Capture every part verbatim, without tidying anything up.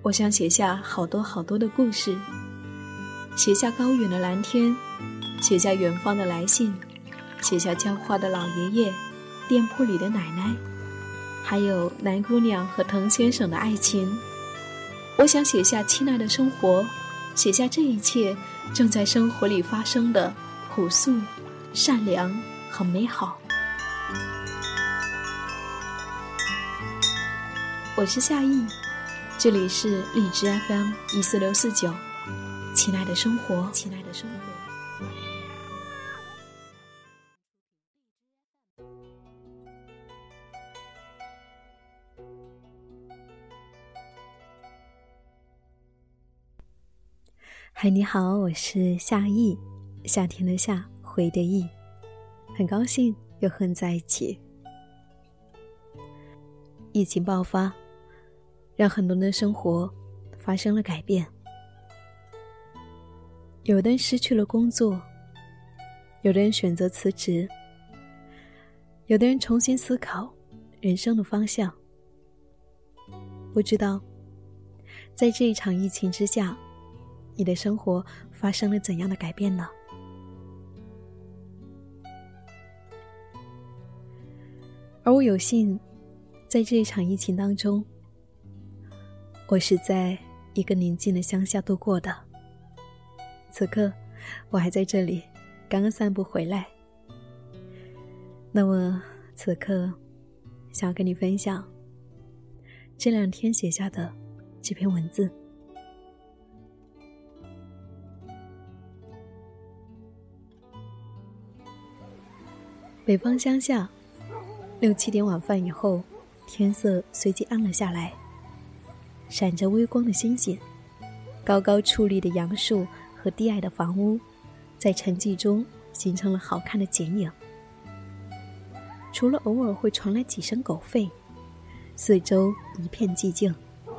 我想写下好多好多的故事，写下高远的蓝天，写下远方的来信，写下浇花的老爷爷，店铺里的奶奶，还有南姑娘和滕先生的爱情。我想写下亲爱的生活，写下这一切正在生活里发生的朴素、善良和美好。我是夏意，这里是荔枝 F M 一四六四九，亲爱的生活，亲爱的生活。嗨，你好，我是夏意，夏天的夏，回的意，很高兴又和你在一起。疫情爆发，让很多人的生活发生了改变，有的人失去了工作，有的人选择辞职，有的人重新思考人生的方向。不知道在这一场疫情之下，你的生活发生了怎样的改变呢？而我有幸在这一场疫情当中，我是在一个宁静的乡下度过的。此刻我还在这里，刚刚散步回来。那么此刻想要跟你分享这两天写下的这篇文字。北方乡下，六七点晚饭以后，天色随即暗了下来，闪着微光的星星，高高矗立的杨树和低矮的房屋在沉寂中形成了好看的剪影。除了偶尔会传来几声狗吠，四周一片寂静。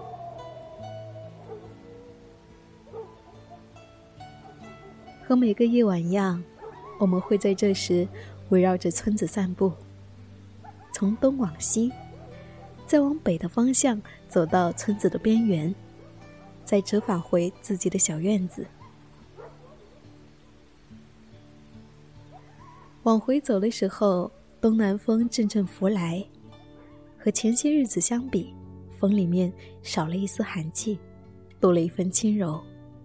和每个夜晚一样，我们会在这时围绕着村子散步，从东往西，再往北的方向走到村子的边缘，再折返回自己的小院子。往回走的时候，东南风阵阵拂来，和前些日子相比，风里面少了一丝寒气，多了一份轻柔。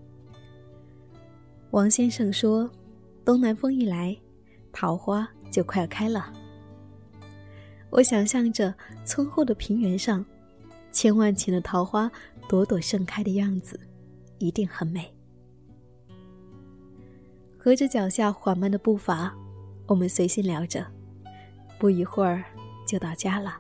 王先生说，东南风一来，桃花就快要开了。我想象着村后的平原上，千万顷的桃花朵朵盛开的样子，一定很美。和着脚下缓慢的步伐，我们随性聊着，不一会儿就到家了。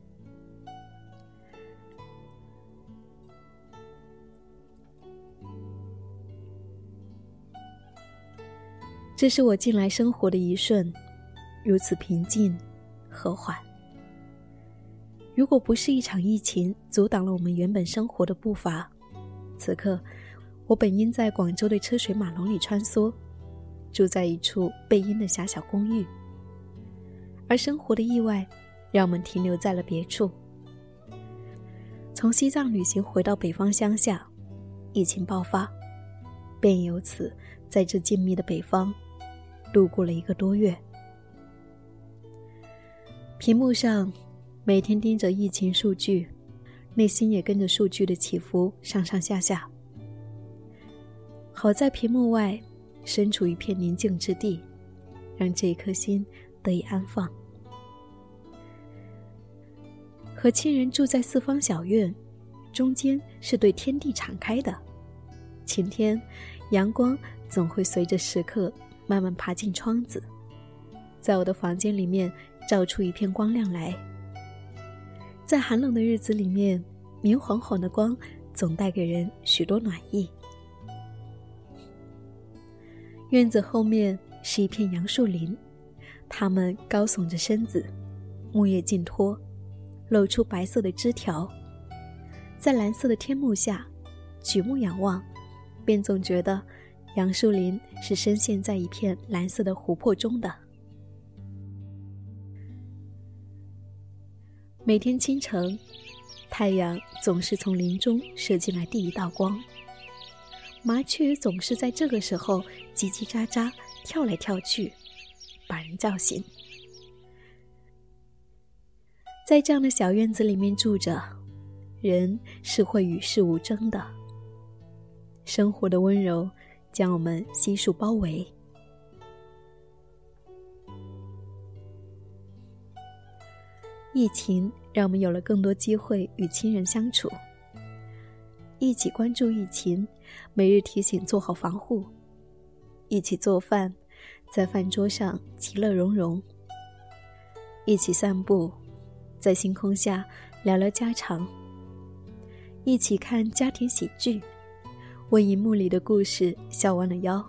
这是我近来生活的一瞬，如此平静和缓。如果不是一场疫情阻挡了我们原本生活的步伐，此刻我本应在广州的车水马龙里穿梭，住在一处背阴的狭小公寓，而生活的意外让我们停留在了别处。从西藏旅行回到北方乡下，疫情爆发，便由此在这静谧的北方度过了一个多月。屏幕上每天盯着疫情数据，内心也跟着数据的起伏上上下下。好在屏幕外身处一片宁静之地，让这一颗心得以安放。和亲人住在四方小院，中间是对天地敞开的，晴天阳光总会随着时刻慢慢爬进窗子，在我的房间里面照出一片光亮来。在寒冷的日子里面，明晃晃的光总带给人许多暖意。院子后面是一片杨树林，它们高耸着身子，木叶尽脱，露出白色的枝条。在蓝色的天幕下，举目仰望，便总觉得杨树林是深陷在一片蓝色的湖泊中的。每天清晨， 太阳总是从林中射进来第一道光，麻雀总是在这个时候叽叽喳喳跳来跳去，把人叫醒。在这样的小院子里面住着，人是会与世无争的。生活的温柔将我们悉数包围。疫情让我们有了更多机会与亲人相处，一起关注疫情，每日提醒做好防护，一起做饭，在饭桌上其乐融融，一起散步，在星空下聊聊家常，一起看家庭喜剧，为荧幕里的故事笑弯了腰。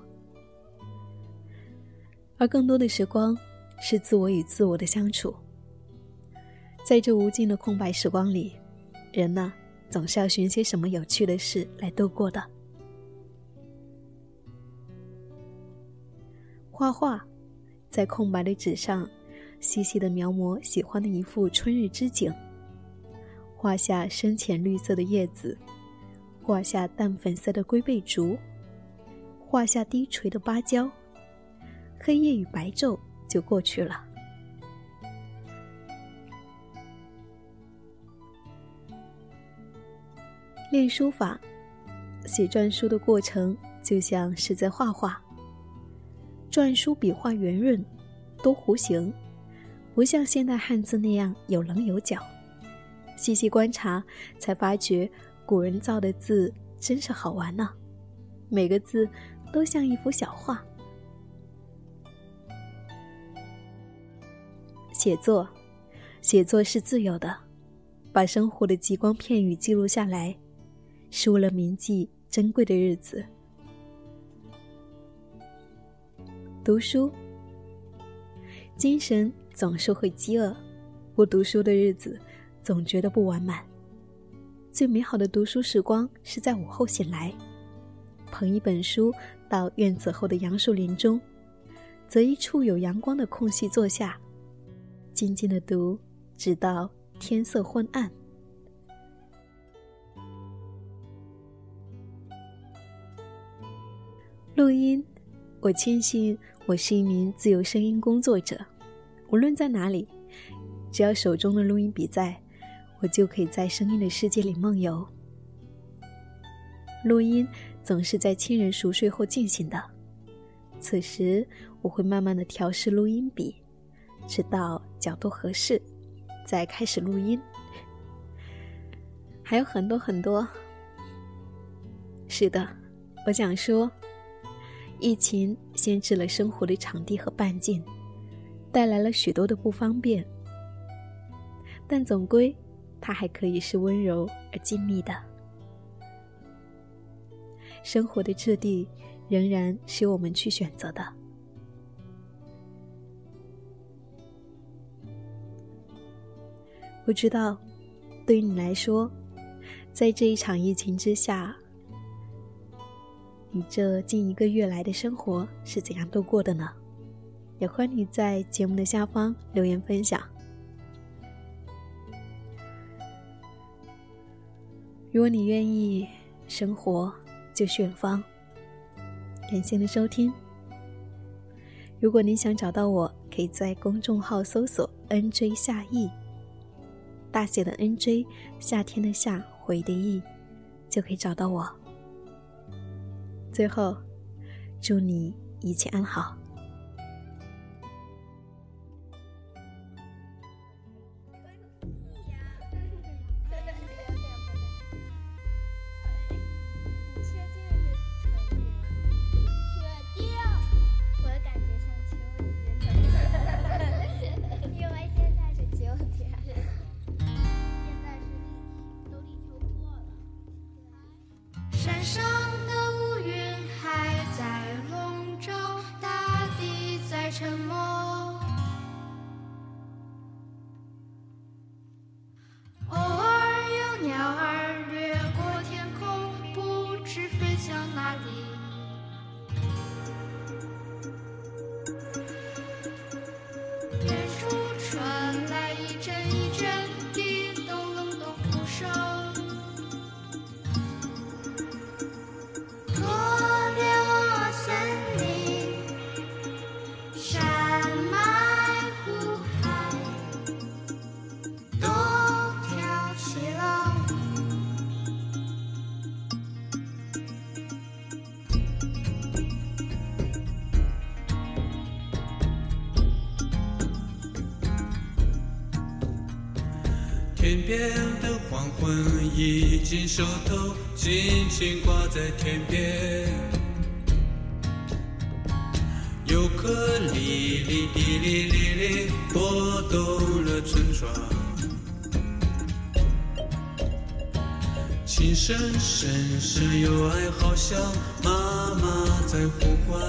而更多的时光是自我与自我的相处。在这无尽的空白时光里，人呢，总是要寻些什么有趣的事来度过的。画画，在空白的纸上细细地描摹喜欢的一幅春日之景，画下深浅绿色的叶子，画下淡粉色的龟背竹，画下低垂的芭蕉，黑夜与白昼就过去了。练书法，写篆书的过程就像是在画画。篆书笔画圆润，多弧形，不像现代汉字那样有棱有角。细细观察，才发觉古人造的字真是好玩呢，每个字都像一幅小画。写作，写作是自由的，把生活的极光片语记录下来，是为了铭记珍贵的日子。读书，精神总是会饥饿，不读书的日子总觉得不完满。最美好的读书时光是在午后醒来，捧一本书到院子后的杨树林中，择一处有阳光的空隙坐下，静静地读，直到天色昏暗。录音，我庆幸我是一名自由声音工作者，无论在哪里，只要手中的录音笔在，我就可以在声音的世界里梦游。录音总是在亲人熟睡后进行的，此时我会慢慢地调试录音笔，直到角度合适，再开始录音。还有很多很多。是的，我想说，疫情限制了生活的场地和半径，带来了许多的不方便，但总归它还可以是温柔而静谧的。生活的质地仍然是由我们去选择的。不知道对于你来说，在这一场疫情之下，你这近一个月来的生活是怎样度过的呢？也欢迎你在节目的下方留言分享。如果你愿意，生活就是远方。感谢你的收听。如果你想找到我，可以在公众号搜索 N J 夏意，大写的 N J， 夏天的夏，回的意，就可以找到我。最后，祝你一切安好。 山上的乌云还在笼罩大天边的黄昏已经收头，轻轻挂在天边。有颗哩哩滴哩哩哩拨动了村庄，轻声深深有爱，好像妈妈在呼唤。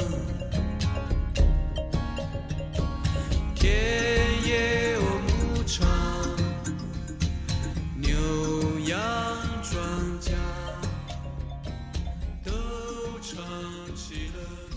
田野我牧场，牛羊庄稼都唱起了